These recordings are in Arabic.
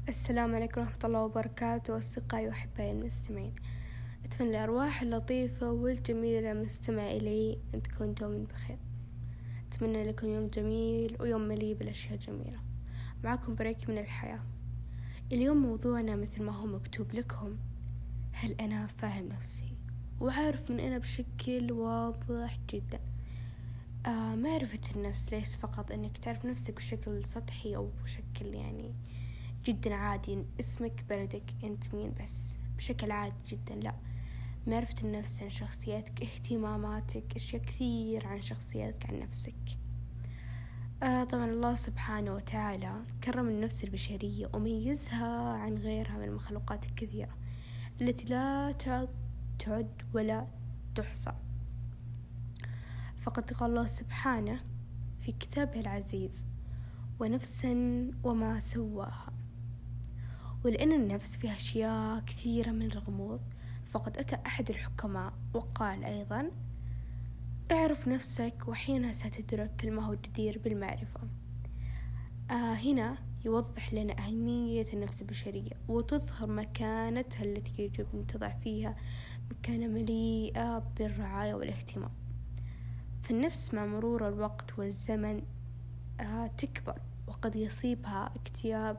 السلام عليكم ورحمة الله وبركاته أصدقائي وأحبائي المستمعين. أتمنى الأرواح اللطيفة والجميلة المستمع إلي أن تكون دوما بخير. أتمنى لكم يوم جميل ويوم مليء بالأشياء الجميلة. معكم بريك من الحياة. اليوم موضوعنا مثل ما هو مكتوب لكم: هل أنا فاهم نفسي وعارف من أنا بشكل واضح جدا. معرفة النفس ليس فقط أنك تعرف نفسك بشكل سطحي أو بشكل جدا عادي، اسمك بلدك أنت مين، بس بشكل عادي جدا. لا، معرفة النفس عن شخصيتك، اهتماماتك، أشياء كثير عن شخصيتك، عن نفسك. طبعا الله سبحانه وتعالى كرم النفس البشرية وميزها عن غيرها من المخلوقات الكثيرة التي لا تعد ولا تحصى. فقد قال الله سبحانه في كتابه العزيز: ونفسا وما سواها. ولأن النفس فيها أشياء كثيرة من الغموض، فقد أتى أحد الحكماء وقال أيضا: اعرف نفسك وحينها ستدرك ما هو جدير بالمعرفة. هنا يوضح لنا أهمية النفس البشرية وتظهر مكانتها التي يجب أن تضع فيها مكانة مليئة بالرعاية والاهتمام. فالنفس مع مرور الوقت والزمن تكبر، وقد يصيبها اكتئاب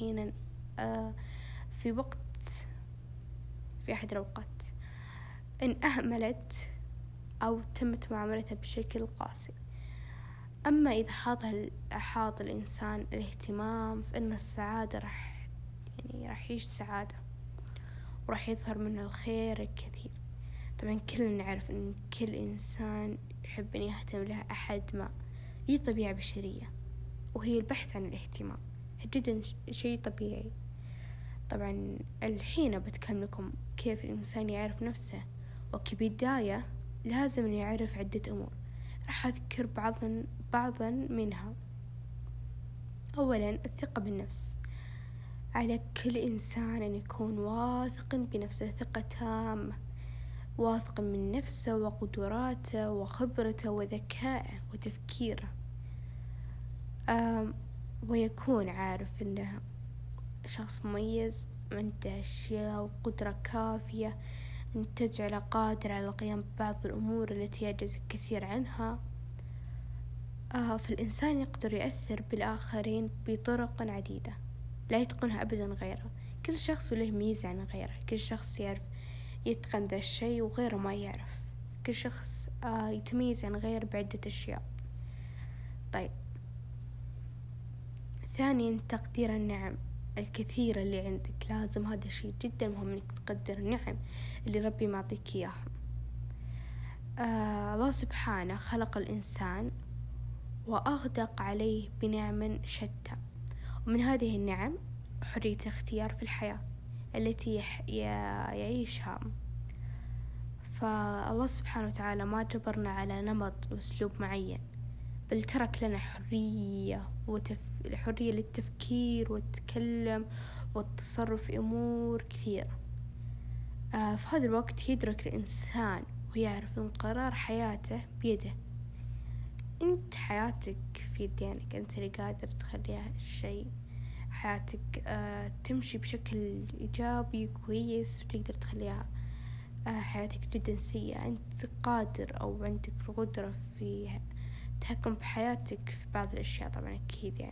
في أحد الأوقات إن أهملت أو تمت معاملتها بشكل قاسي. أما إذا حاط الإنسان الاهتمام، فإن السعادة راح يعيش سعادة وراح يظهر منه الخير الكثير. طبعا كلنا نعرف أن كل إنسان يحب أن يهتم له أحد ما. هي طبيعة بشرية، وهي البحث عن الاهتمام جدا شيء طبيعي. طبعا الحين بتكلمكم كيف الإنسان يعرف نفسه، وكبداية لازم يعرف عدة أمور. راح أذكر بعضا منها. أولا، الثقة بالنفس. على كل إنسان أن يكون واثق بنفسه ثقة تامة، واثق من نفسه وقدراته وخبرته وذكائه وتفكيره، ويكون عارف أنه شخص مميز عنده أشياء وقدرة كافية أن تجعله قادر على القيام ببعض الأمور التي يعجز الكثير عنها. فالإنسان يقدر يؤثر بالآخرين بطرق عديدة لا يتقنها أبدا غيره. كل شخص له ميزة عن غيره، كل شخص يعرف يتقن ذا الشيء وغيره ما يعرف. كل شخص يتميز عن غيره بعدة أشياء. طيب، ثانيا، تقدير النعم الكثيرة اللي عندك. لازم هذا الشيء جدا مهم انك تقدر النعم اللي ربي معطيك اياها. الله سبحانه خلق الإنسان وأغدق عليه بنعم شتى، ومن هذه النعم حرية الاختيار في الحياة التي يعيشها. فالله سبحانه وتعالى ما جبرنا على نمط وأسلوب معين، بل ترك لنا الحرية للتفكير والتكلم والتصرف في أمور كثيرة. في هذا الوقت يدرك الإنسان ويعرف أن قرار حياته بيده. أنت حياتك في يدينك، أنت اللي قادر تخليها حياتك تمشي بشكل إيجابي كويس، وتقدر تخليها حياتك جدا سيئة. أنت قادر أو عندك القدرة في تحكم بحياتك في بعض الأشياء. طبعا أكيد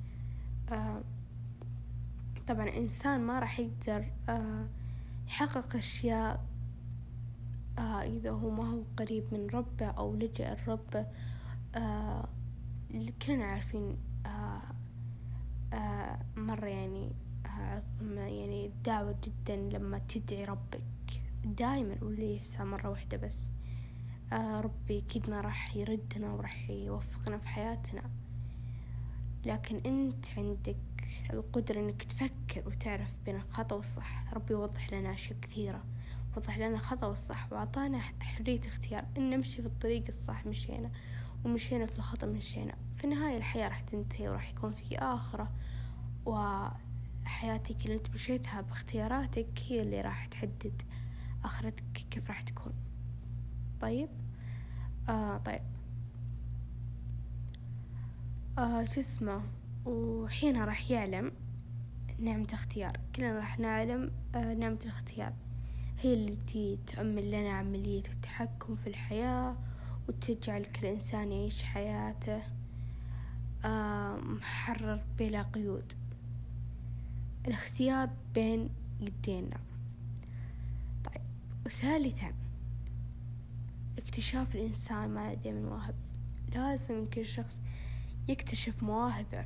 طبعا الإنسان ما راح يقدر يحقق أشياء إذا هو ما هو قريب من ربه أو لجأ لربه. كلنا عارفين مرة عظم الدعوة جدا لما تدعي ربك دائما، وليس مرة واحدة بس. ربي أكيد ما راح يردنا وراح يوفقنا في حياتنا، لكن أنت عندك القدرة أنك تفكر وتعرف بين الخطأ والصح. ربي وضح لنا أشياء كثيرة، وضح لنا الخطأ والصح، وعطانا حرية اختيار أن نمشي في الطريق الصح مشينا، ومشينا في الخطأ مشينا. في النهاية الحياة راح تنتهي وراح يكون في آخرة، وحياتك اللي انت مشيتها باختياراتك هي اللي راح تحدد آخرتك كيف راح تكون. طيب شو اسمه، وحينها راح يعلم نعمة اختيار. كلنا راح نعلم نعمة الاختيار هي التي تؤمن لنا عملية التحكم في الحياة وتجعل كل إنسان يعيش حياته محرر بلا قيود. الاختيار بين يدينا. طيب، وثالثا اكتشاف الإنسان ما لديه من مواهب. لازم كل شخص يكتشف مواهبه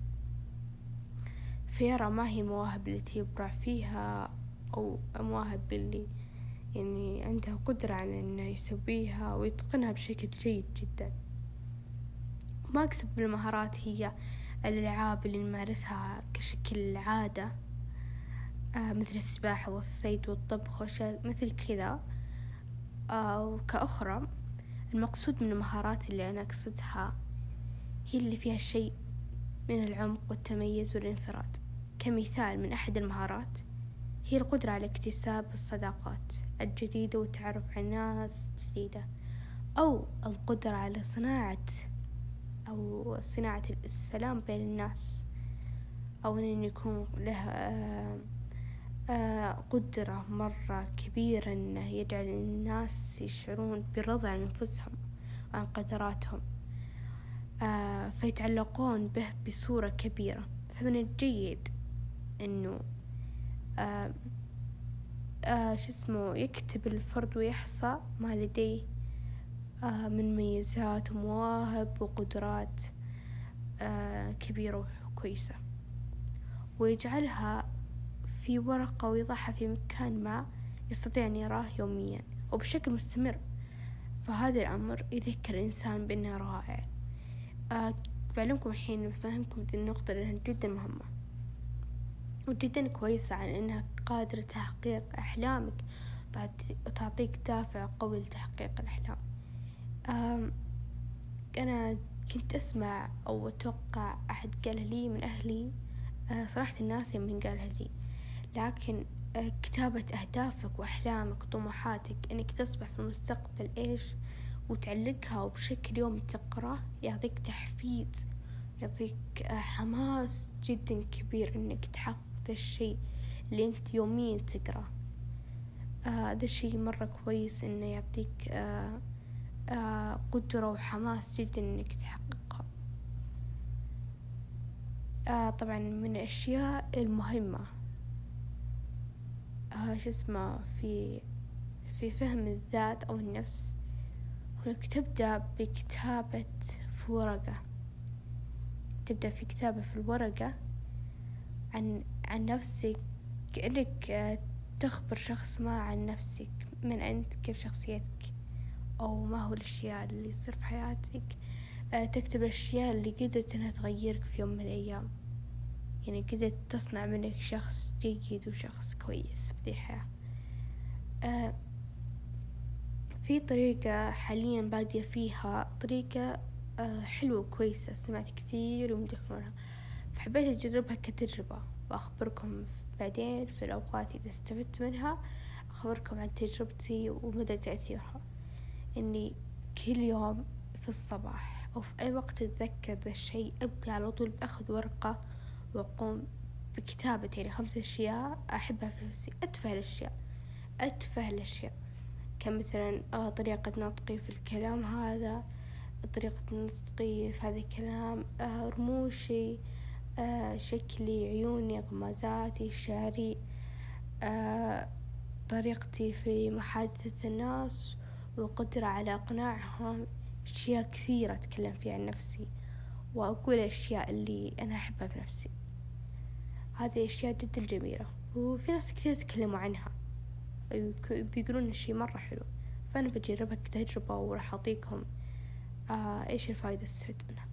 فيرى ما هي المواهب التي يبرع فيها أو المواهب اللي يعني عنده قدرة على أنه يسويها ويتقنها بشكل جيد جدا. وما أقصد بالمهارات هي الألعاب اللي نمارسها كشكل عادة مثل السباحة والصيد والطبخ وأشياء مثل كذا وكأخرى. المقصود من المهارات اللي أنا أقصدها هي اللي فيها شيء من العمق والتميز والانفراد. كمثال من أحد المهارات هي القدرة على اكتساب الصداقات الجديدة والتعرف على ناس جديدة، أو القدرة على صناعة السلام بين الناس، أو أن يكون له قدرة مرة كبيرة أنه يجعل الناس يشعرون برضا عن أنفسهم وعن قدراتهم فيتعلقون به بصورة كبيرة. فمن الجيد أنه يكتب الفرد ويحصى ما لديه من ميزات ومواهب وقدرات كبيرة وكويسة، ويجعلها في ورقة ويضعها في مكان ما يستطيع أن يراه يوميا وبشكل مستمر. فهذا الأمر يذكر الإنسان بأنه رائع. بعلمكم الحين بفهمكم ذي النقطة لأنها جدا مهمة وجدا كويسة، عن أنها قادرة تحقيق أحلامك وتعطيك دافع قوي لتحقيق الأحلام. أنا كنت أسمع أو أتوقع أحد قالها لي من أهلي، صراحة الناس من قالها لي، لكن كتابة أهدافك وأحلامك وطموحاتك أنك تصبح في المستقبل إيش وتعلقها وبشكل يوم تقرأ يعطيك تحفيز، يعطيك حماس جدا كبير أنك تحقق ذا الشيء اللي أنت يوميا تقرأ. هذا الشيء مرة كويس إنه يعطيك قدرة وحماس جدا إنك تحققها. طبعا من الأشياء المهمة في فهم الذات أو النفس هناك تبدأ بكتابة في ورقة، تبدأ في كتابة في الورقة عن نفسك، كأنك تخبر شخص ما عن نفسك، من أنت، كيف شخصيتك، أو ما هو الأشياء اللي تصير في حياتك. تكتب الأشياء اللي قدرت أنها تغيرك في يوم من الأيام، يعني قدرت تصنع منك شخص جيد وشخص كويس في ذي الحياة. في طريقة حاليا بادية فيها، طريقة حلوة كويسة، سمعت كثير يمدحونها فحبيت أجربها كتجربة، وأخبركم بعدين في الأوقات إذا استفدت منها أخبركم عن تجربتي ومدى تأثيرها. إني كل يوم في الصباح أو في أي وقت أتذكر ذا الشيء أبدأ على طول بأخذ ورقة وأقوم بكتابة يعني 5 أشياء أحبها في نفسي، أتفه الأشياء كمثلا طريقة نطقي في الكلام هذا، طريقة نطقي في هذا الكلام، رموشي، شكلي، عيوني، غمازاتي، شعري، طريقتي في محادثة الناس والقدرة على إقناعهم. أشياء كثيرة أتكلم فيها عن نفسي وأقول الأشياء اللي أنا أحبها في نفسي. هذه أشياء جدا جميلة وفي ناس كثير يتكلموا عنها بيقولون الشيء مرة حلو، فأنا بجربها كتجربة وراح أعطيكم إيش الفائدة استفدت منها.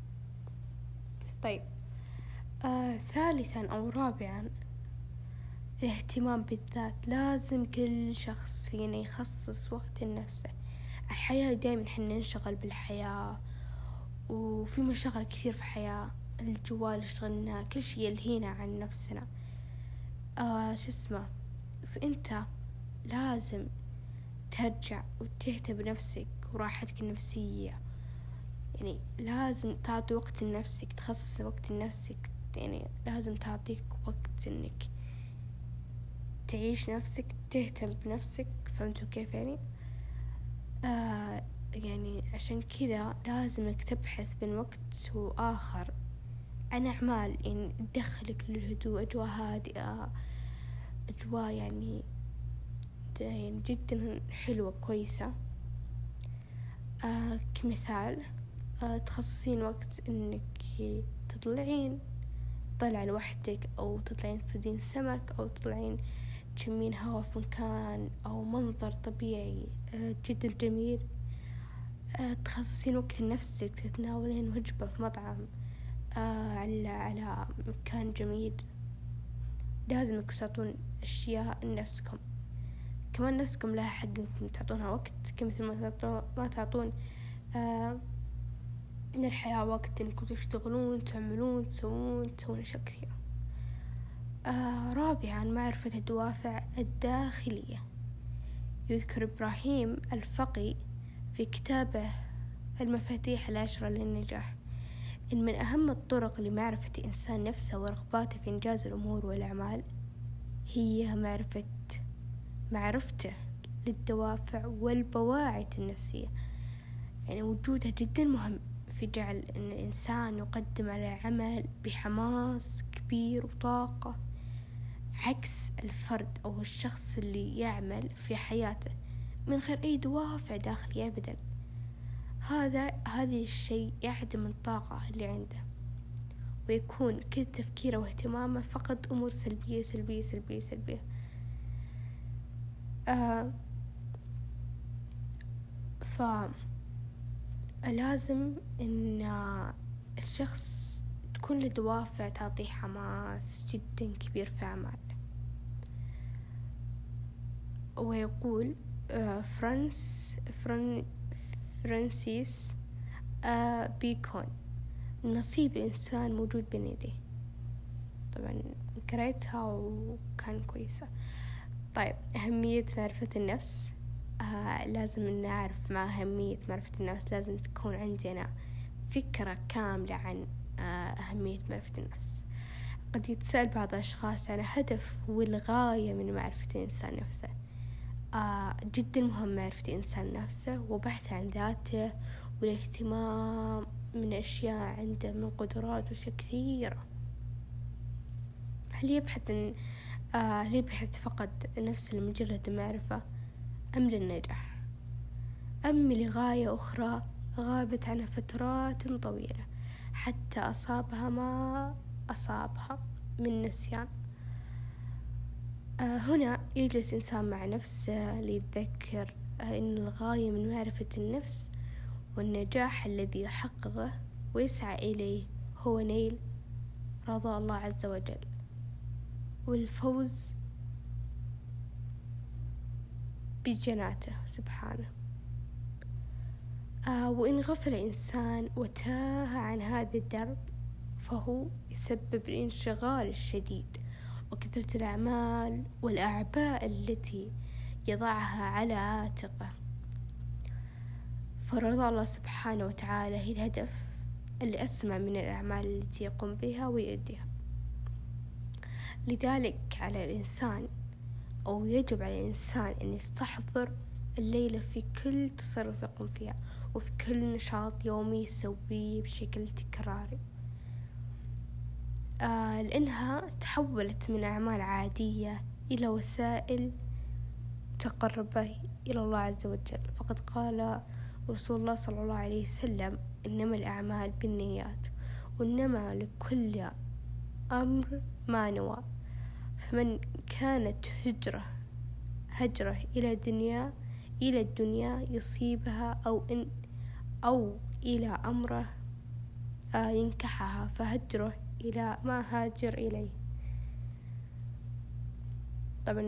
طيب، ثالثا أو رابعا الاهتمام بالذات. لازم كل شخص فينا يخصص وقت لنفسه. الحياة دائما حنا ننشغل بالحياة وفي مشاغل كثير في الحياة، الجوال يشغلنا، كل شيء يلهينا عن نفسنا. فأنت لازم ترجع وتهتم بنفسك وراحتك النفسية، يعني لازم تعطي وقت لنفسك، تخصص وقت لنفسك، يعني لازم تعطيك وقت إنك تعيش نفسك، تهتم بنفسك. فهمتوا كيف يعني؟ يعني عشان كذا لازمك تبحث بين وقت وآخر عن أعمال يعني تدخلك للهدوء، أجواء هادئة، أجواء يعني جدا حلوة كويسة. كمثال تخصصين وقت إنك تطلعين طلع لوحدك، أو تطلعين تصيدين سمك، أو تطلعين تشمين هوا في مكان أو منظر طبيعي جدا جميل. تخصصين وقت لنفسك، تتناولين وجبة في مطعم على مكان جميل. لازمك تعطون أشياء لنفسكم، كمان نفسكم لها حق إنكم تعطونها وقت، كمثل ما تعطون للحياة وقت إنكم تشتغلون، تعملون، تسوون أشياء كثيرة. رابعا معرفة الدوافع الداخلية. يذكر إبراهيم الفقي في كتابه المفاتيح العشرة للنجاح إن من أهم الطرق لمعرفة الإنسان نفسه ورغباته في إنجاز الأمور والأعمال هي معرفته للدوافع والبواعث النفسية. يعني وجودها جدا مهم في جعل أن الإنسان يقدم على العمل بحماس كبير وطاقة، عكس الفرد أو الشخص اللي يعمل في حياته من غير أي دوافع داخلية أبدا. هذا الشيء يعدم الطاقة اللي عنده، ويكون كل تفكيره واهتمامه فقط أمور سلبية سلبية سلبية سلبية. فلازم إن الشخص تكون له دوافع تعطيه حماس جدا كبير في أعماله. ويقول فرانسيس بيكون نصيب الإنسان موجود بين يديه. طبعا قريتها وكان كويسة. طيب، أهمية معرفة النفس. لازم نعرف مع أهمية معرفة النفس لازم تكون عندنا فكرة كاملة عن أهمية معرفة النفس. قد يتساءل بعض الأشخاص عن هدف والغاية من معرفة الإنسان نفسه. جدا مهم معرفة الإنسان نفسه وبحث عن ذاته والاهتمام من أشياء عنده من قدرات وأشياء كثيرة. هل يبحث فقط نفسه لمجرد المعرفة أم للنجاح، أم لغاية أخرى غابت عنها فترات طويلة حتى أصابها ما أصابها من نسيان؟ هنا يجلس إنسان مع نفسه ليتذكر أن الغاية من معرفة النفس والنجاح الذي يحققه ويسعى إليه هو نيل رضا الله عز وجل والفوز بجناته سبحانه. وإن غفل إنسان وتاه عن هذا الدرب فهو يسبب الانشغال الشديد وكثرة الأعمال والأعباء التي يضعها على عاتقه. فرضا الله سبحانه وتعالى هي الهدف اللي أسمى من الأعمال التي يقوم بها ويؤديها. لذلك على الإنسان أو يجب على الإنسان أن يستحضر الليلة في كل تصرف يقوم فيها وفي كل نشاط يومي يسويه بشكل تكراري، لأنها تحولت من أعمال عادية إلى وسائل تقربه إلى الله عز وجل. فقد قال رسول الله صلى الله عليه وسلم: إنما الأعمال بالنيات وإنما لكل أمر ما نوى. فمن كانت هجرة إلى الدنيا يصيبها أو إلى أمره ينكحها فهجره إلى ما هاجر إليه. طبعا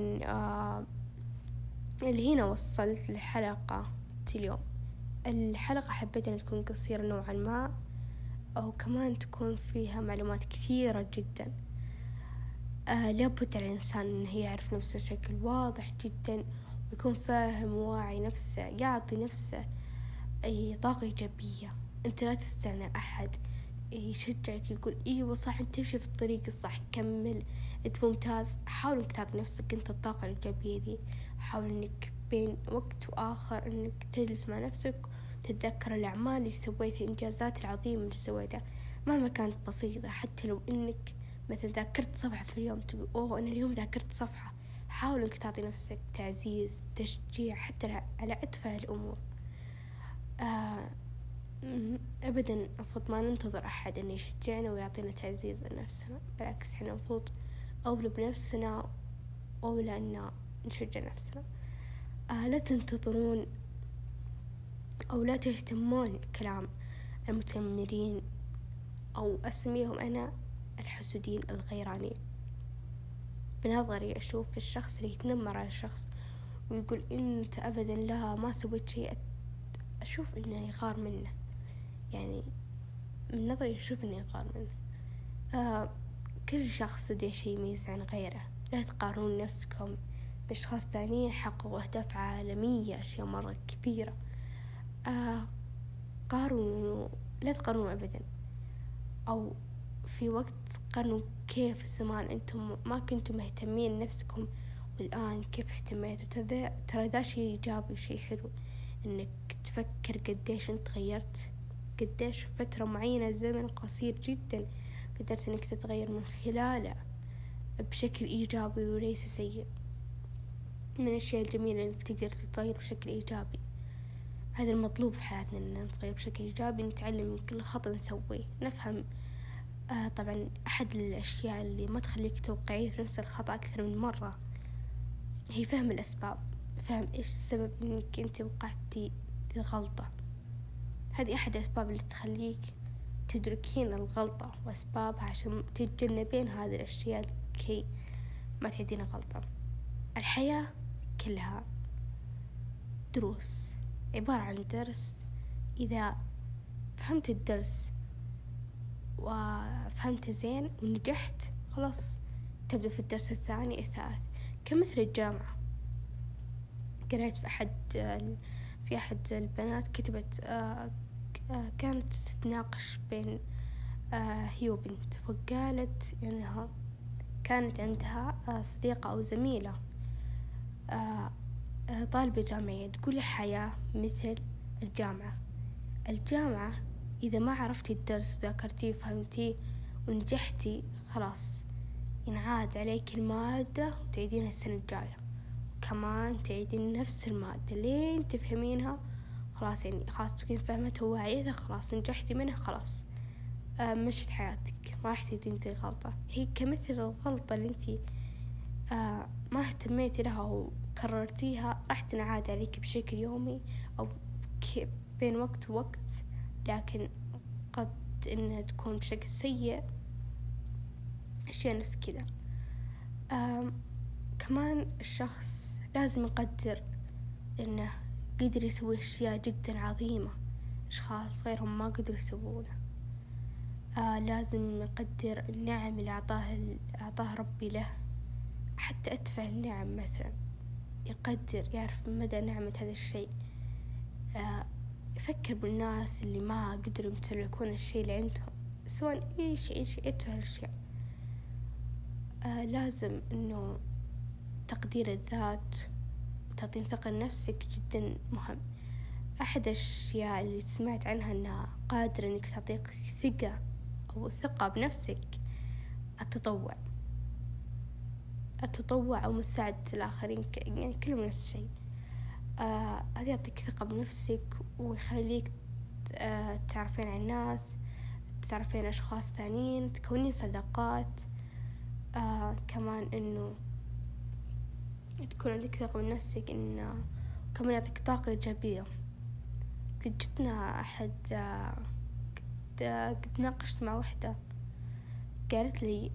اللي هنا وصلت لحلقة اليوم. الحلقة حبيت أن تكون قصيرة نوعا ما، أو كمان تكون فيها معلومات كثيرة جدا. لابد على الإنسان أنه يعرف نفسه بشكل واضح جدا ويكون فاهم وواعي نفسه، يعطي نفسه أي طاقة إيجابية. أنت لا تستنى أحد يشجعك، يقول ايوه صح انت تمشي في الطريق الصح، كمل انت ممتاز. حاول انك تعطي نفسك انت الطاقة الإيجابية دي. حاول انك بين وقت واخر انك تجلس مع نفسك، تتذكر الأعمال اللي سويتها، الإنجازات العظيمة اللي سويتها مهما كانت بسيطة. حتى لو انك مثلا ذاكرت صفحة في اليوم، تقول اوه انا اليوم ذاكرت صفحة. حاول انك تعطي نفسك تعزيز، تشجيع، حتى على أتفه الأمور. أبدا المفروض ما ننتظر أحد أن يشجعنا ويعطينا تعزيز لنفسنا، بالعكس إحنا المفروض أولى بنفسنا، أولى أن نشجع نفسنا. لا تنتظرون أو لا تهتمون كلام المتنمرين، أو أسميهم أنا الحسودين الغيرانين. بنظري أشوف الشخص اللي يتنمر على الشخص ويقول أنت أبدا لا ما سويت شيء، أشوف إنه يغار منه. يعني من نظري أشوف إنه يغار منه. كل شخص لديه شيء يميز عن غيره. لا تقارنون نفسكم بأشخاص ثانيين حققوا أهداف عالمية، أشياء مرة كبيرة. لا تقارنوا أبدا. أو في وقت قارنوا كيف زمان أنتم ما كنتم مهتمين نفسكم والآن كيف اهتميتوا. ترى ذا شيء إيجابي وشيء حلو، إنك تفكر قديش أنت غيرت، قديش فترة معينة زمن قصير جدا قدرت إنك تتغير من خلاله بشكل إيجابي وليس سيء. من الأشياء الجميلة إنك تقدر تتغير بشكل إيجابي. هذا المطلوب في حياتنا، إننا نتغير بشكل إيجابي، نتعلم من كل خطأ نسويه، نفهم. طبعا أحد الأشياء اللي ما تخليك توقعين في نفس الخطأ أكثر من مرة هي فهم الأسباب، فهم إيش السبب إنك أنت وقعتي غلطة. هذه أحد الأسباب اللي تخليك تدركين الغلطة وأسبابها عشان تتجنبين هذه الأشياء كي ما تعيدين غلطة. الحياة كلها دروس، عبارة عن درس. إذا فهمت الدرس وفهمته زين ونجحت، خلاص تبدأ في الدرس الثاني الثالث. كمثل الجامعة. قرأت في أحد البنات كتبت كانت تتناقش بين هي وبنت، فقالت إنها كانت عندها صديقة أو زميلة طالبة جامعية، تقول الحياة مثل الجامعة إذا ما عرفتي الدرس وذاكرتيه وفهمتيه ونجحتي، خلاص ينعاد عليك المادة وتعيدينها السنة الجاية، كمان تعيدين نفس المادة لين تفهمينها. خلاص يعني خلاص تكون فهمتها وواعيتها، خلاص نجحتي منها، خلاص مشت حياتك، ما راح تعيدين ذي الغلطة. هي كمثل الغلطة اللي انتي ما اهتميتي لها وكررتيها، راح تنعاد عليك بشكل يومي أو بين وقت ووقت، لكن قد إنها تكون بشكل سيء. أشياء نفس كذا. كمان الشخص لازم يقدر إنه قدر يسوي أشياء جدا عظيمة أشخاص غيرهم ما قدروا يسوونها. لازم يقدر النعم اللي أعطاه ربي له، حتى أتفه النعم مثلا يقدر، يعرف مدى نعمة هذا الشيء. يفكر بالناس اللي ما قدروا يمتلكون الشيء اللي عندهم، سواء أي شيء أتفه الأشياء. لازم إنه تقدير الذات وتعطين ثقة لنفسك جدا مهم. أحد الأشياء اللي سمعت عنها أنها قادرة أنك تعطيك ثقة أو ثقة بنفسك، التطوع أو مساعدة الآخرين، يعني كلهم نفس الشيء. هذا يعطيك ثقة بنفسك ويخليك تعرفين عن الناس، تعرفين أشخاص ثانيين، تكونين صداقات. كمان إنه تكون عندك ثقة بنفسك، إنه كمان يعطيك طاقة إيجابية. قد جتنا أحد قد ناقشت مع وحدة قالت لي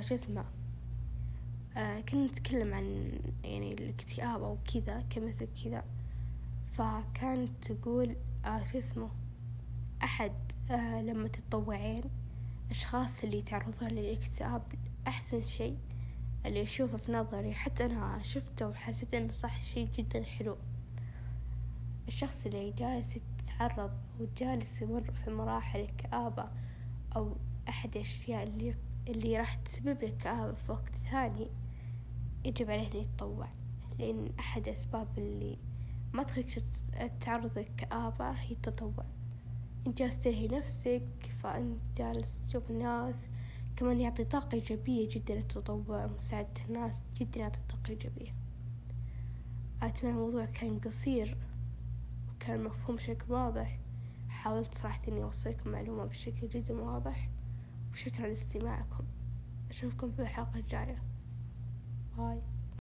كنت نتكلم عن يعني الاكتئاب أو كذا كمثل كذا، فكانت تقول أحد لما تتطوعين أشخاص اللي يتعرضون للاكتئاب أحسن شيء اللي أشوفه في نظري، حتى أنا شفته وحسيت إنه صح شيء جدا حلو. الشخص اللي جالس يتعرض وجالس يمر في مراحل الكآبة أو أحد الأشياء اللي راح تسبب لك كآبة في وقت ثاني، يجب عليه أن يتطوع، لأن أحد الأسباب اللي ما تخليك تعرض للكآبة هي التطوع. أنت جالس تلهي نفسك، فأنت جالس تشوف الناس. كمان يعطي طاقة إيجابية جدا التطوع، ومساعدة الناس جدا يعطي طاقة إيجابية. أتمنى الموضوع كان قصير وكان مفهوم بشكل واضح. حاولت صراحة إني أوصلكم معلومة بشكل جدا واضح، وشكرا لاستماعكم. أشوفكم في الحلقة الجاية. باي.